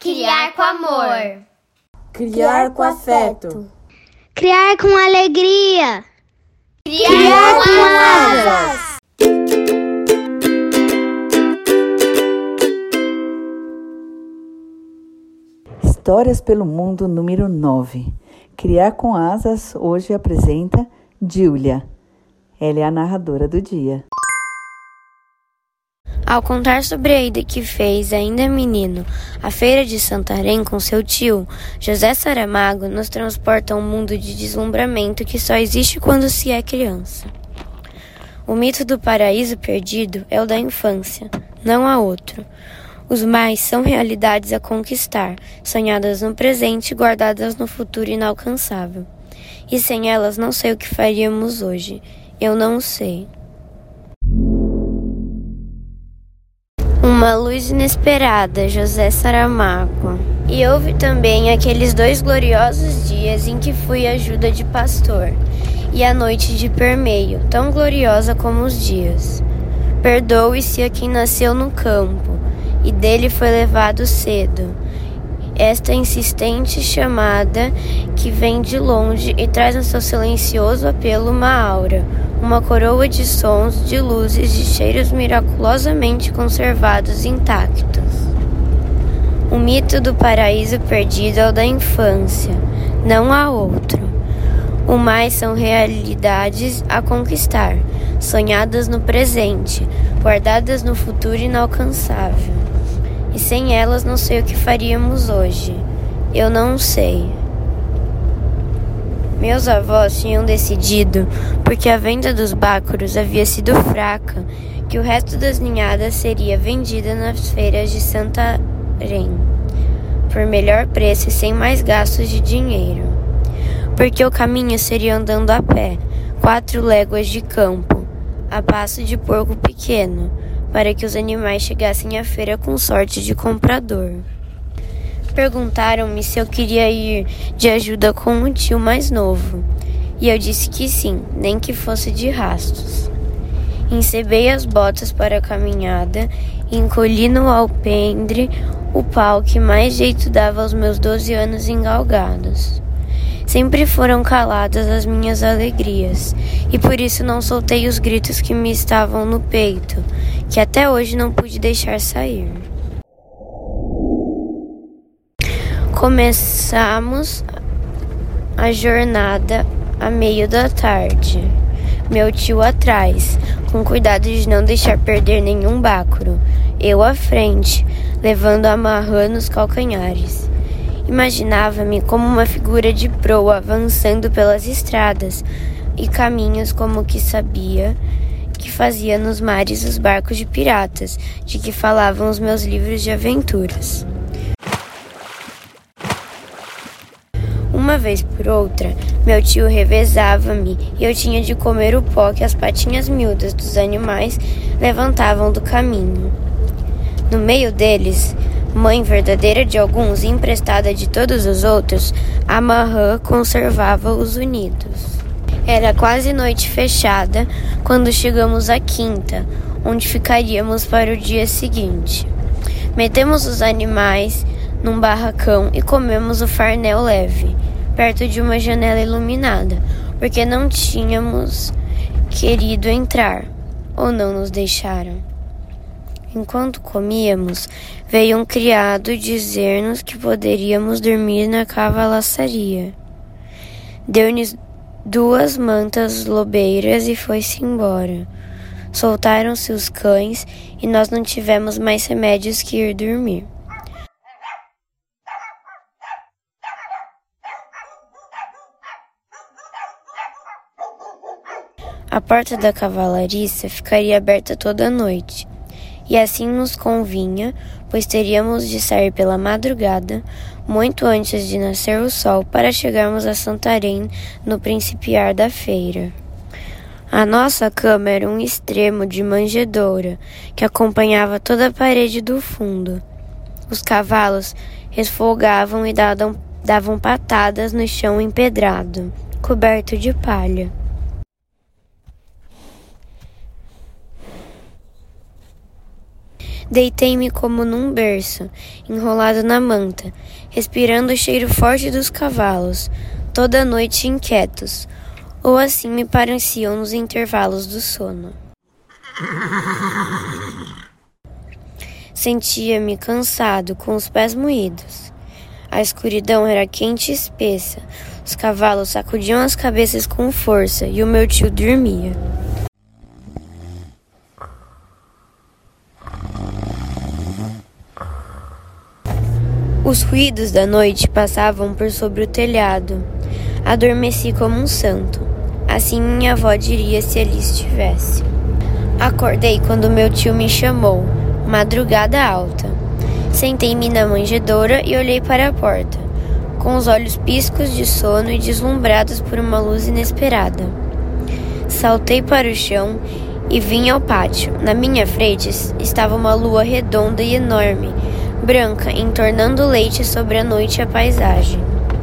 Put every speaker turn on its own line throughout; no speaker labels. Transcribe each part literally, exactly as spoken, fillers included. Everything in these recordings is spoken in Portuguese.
criar com amor.
Criar com afeto.
Criar com alegria.
Criar, criar com, com asas.
Histórias pelo Mundo número nove. Criar com Asas hoje apresenta Júlia. Ela é a narradora do dia.
Ao contar sobre a ida que fez, ainda menino, à feira de Santarém com seu tio, José Saramago nos transporta a um mundo de deslumbramento que só existe quando se é criança. O mito do paraíso perdido é o da infância, não há outro. Os mais são realidades a conquistar, sonhadas no presente e guardadas no futuro inalcançável. E sem elas não sei o que faríamos hoje. Eu não sei. Uma luz inesperada, José Saramago. E houve também aqueles dois gloriosos dias em que fui ajuda de pastor, e a noite de permeio, tão gloriosa como os dias. Perdoe-se a quem nasceu no campo, e dele foi levado cedo. Esta insistente chamada que vem de longe e traz no seu silencioso apelo uma aura, uma coroa de sons, de luzes, de cheiros miraculosamente conservados intactos. O mito do paraíso perdido é o da infância, não há outro. O mais são realidades a conquistar, sonhadas no presente, guardadas no futuro inalcançável. E sem elas não sei o que faríamos hoje. Eu não sei. Meus avós tinham decidido, porque a venda dos bácoros havia sido fraca, que o resto das ninhadas seria vendida nas feiras de Santarém, por melhor preço e sem mais gastos de dinheiro. Porque o caminho seria andando a pé, quatro léguas de campo, a passo de porco pequeno, para que os animais chegassem à feira com sorte de comprador. Perguntaram-me se eu queria ir de ajuda com um tio mais novo, e eu disse que sim, nem que fosse de rastos. Encebei as botas para a caminhada e encolhi no alpendre o pau que mais jeito dava aos meus doze anos engalgados. Sempre foram caladas as minhas alegrias, e por isso não soltei os gritos que me estavam no peito, que até hoje não pude deixar sair. Começamos a jornada a meio da tarde. Meu tio atrás, com cuidado de não deixar perder nenhum bácoro. Eu à frente, levando a marrã nos calcanhares. Imaginava-me como uma figura de proa avançando pelas estradas e caminhos como que sabia que fazia nos mares os barcos de piratas, de que falavam os meus livros de aventuras. Uma vez por outra, meu tio revezava-me e eu tinha de comer o pó que as patinhas miúdas dos animais levantavam do caminho. No meio deles, mãe verdadeira de alguns e emprestada de todos os outros, a marrã conservava-os unidos. Era quase noite fechada quando chegamos à quinta, onde ficaríamos para o dia seguinte. Metemos os animais num barracão e comemos o farnel leve, perto de uma janela iluminada, porque não tínhamos querido entrar, ou não nos deixaram. Enquanto comíamos, veio um criado dizer-nos que poderíamos dormir na cavalaçaria. Deu-nos duas mantas lobeiras e foi-se embora. Soltaram-se os cães e nós não tivemos mais remédios que ir dormir. A porta da cavalariça ficaria aberta toda a noite. E assim nos convinha, pois teríamos de sair pela madrugada, muito antes de nascer o sol, para chegarmos a Santarém no principiar da feira. A nossa cama era um extremo de manjedoura, que acompanhava toda a parede do fundo. Os cavalos resfolgavam e davam, davam patadas no chão empedrado, coberto de palha. Deitei-me como num berço, enrolado na manta, respirando o cheiro forte dos cavalos, toda a noite inquietos, ou assim me pareciam nos intervalos do sono. Sentia-me cansado, com os pés moídos. A escuridão era quente e espessa, os cavalos sacudiam as cabeças com força e o meu tio dormia. Os ruídos da noite passavam por sobre o telhado. Adormeci como um santo. Assim minha avó diria se ali estivesse. Acordei quando meu tio me chamou. Madrugada alta. Sentei-me na manjedoura e olhei para a porta, com os olhos piscos de sono e deslumbrados por uma luz inesperada. Saltei para o chão e vim ao pátio. Na minha frente estava uma lua redonda e enorme, branca, entornando leite sobre a noite e a paisagem.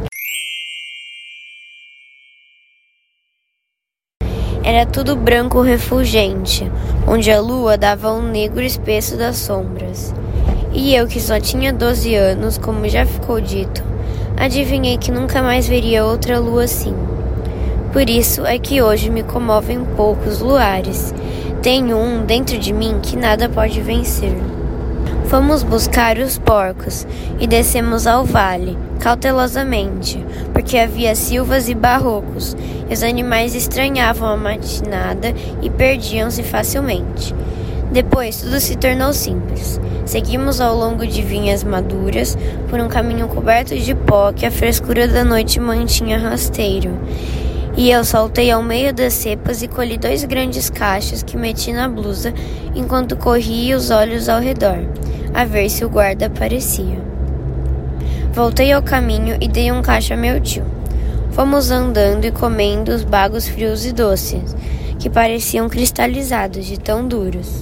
Era tudo branco refulgente, onde a lua dava um negro espesso das sombras. E eu, que só tinha doze anos, como já ficou dito, adivinhei que nunca mais veria outra lua assim. Por isso é que hoje me comovem poucos luares. Tenho um dentro de mim que nada pode vencer. Fomos buscar os porcos e descemos ao vale, cautelosamente, porque havia silvas e barrocos, e os animais estranhavam a matinada e perdiam-se facilmente. Depois tudo se tornou simples. Seguimos ao longo de vinhas maduras, por um caminho coberto de pó que a frescura da noite mantinha rasteiro. E eu saltei ao meio das cepas e colhi dois grandes cachos que meti na blusa enquanto corria os olhos ao redor, a ver se o guarda aparecia. Voltei ao caminho e dei um cacho a meu tio. Fomos andando e comendo os bagos frios e doces, que pareciam cristalizados de tão duros.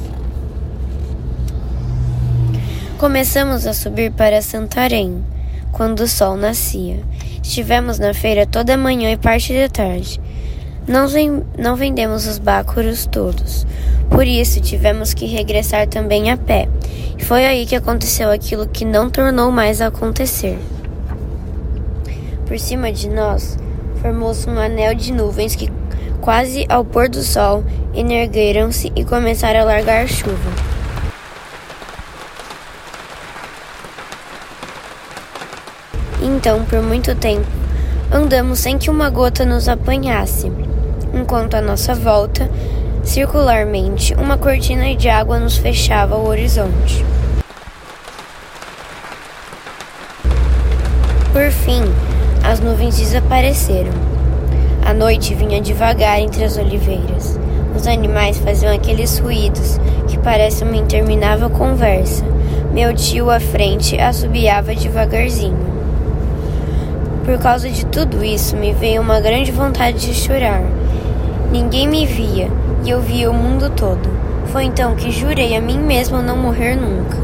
Começamos a subir para Santarém, quando o sol nascia. Estivemos na feira toda a manhã e parte da tarde. Não, ven- não vendemos os bácoros todos, por isso tivemos que regressar também a pé. E foi aí que aconteceu aquilo que não tornou mais a acontecer. Por cima de nós, formou-se um anel de nuvens que, quase ao pôr do sol, energueram-se e começaram a largar chuva. Então, por muito tempo, andamos sem que uma gota nos apanhasse, enquanto à nossa volta, circularmente, uma cortina de água nos fechava o horizonte. Por fim, as nuvens desapareceram. A noite vinha devagar entre as oliveiras. Os animais faziam aqueles ruídos que parecem uma interminável conversa. Meu tio à frente assobiava devagarzinho. Por causa de tudo isso, me veio uma grande vontade de chorar. Ninguém me via, e eu via o mundo todo. Foi então que jurei a mim mesma não morrer nunca.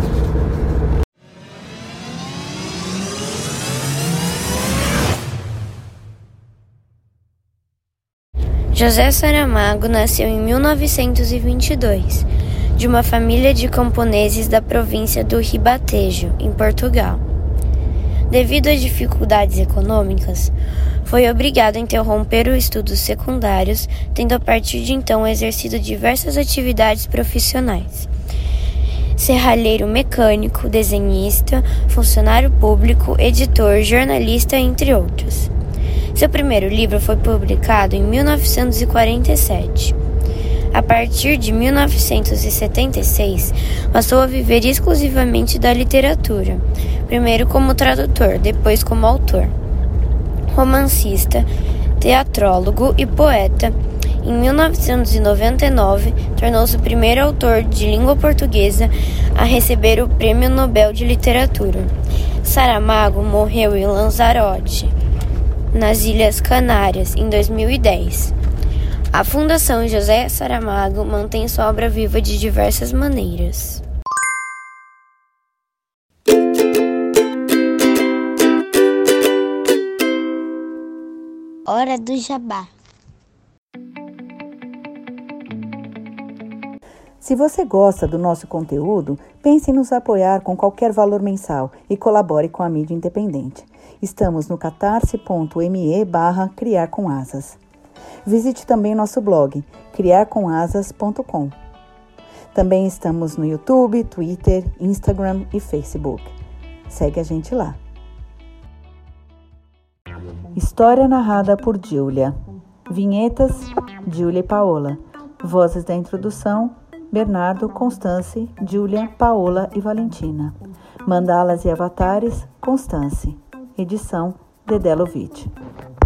José Saramago nasceu em mil novecentos e vinte e dois, de uma família de camponeses da província do Ribatejo, em Portugal. Devido a dificuldades econômicas, foi obrigado a interromper os estudos secundários, tendo a partir de então exercido diversas atividades profissionais. Serralheiro mecânico, desenhista, funcionário público, editor, jornalista, entre outros. Seu primeiro livro foi publicado em mil novecentos e quarenta e sete. A partir de mil novecentos e setenta e seis, passou a viver exclusivamente da literatura, primeiro como tradutor, depois como autor. Romancista, teatrólogo e poeta, em mil novecentos e noventa e nove, tornou-se o primeiro autor de língua portuguesa a receber o Prêmio Nobel de Literatura. Saramago morreu em Lanzarote, nas Ilhas Canárias, em dois mil e dez. A Fundação José Saramago mantém sua obra viva de diversas maneiras.
Hora do Jabá.
Se você gosta do nosso conteúdo, pense em nos apoiar com qualquer valor mensal e colabore com a mídia independente. Estamos no catarse.me barra criar com asas. Visite também nosso blog, criar com asas ponto com. Também estamos no YouTube, Twitter, Instagram e Facebook. Segue a gente lá. História narrada por Giulia. Vinhetas, Giulia e Paola. Vozes da introdução, Bernardo, Constance, Giulia, Paola e Valentina. Mandalas e avatares, Constance. Edição, Dedé Lovitch.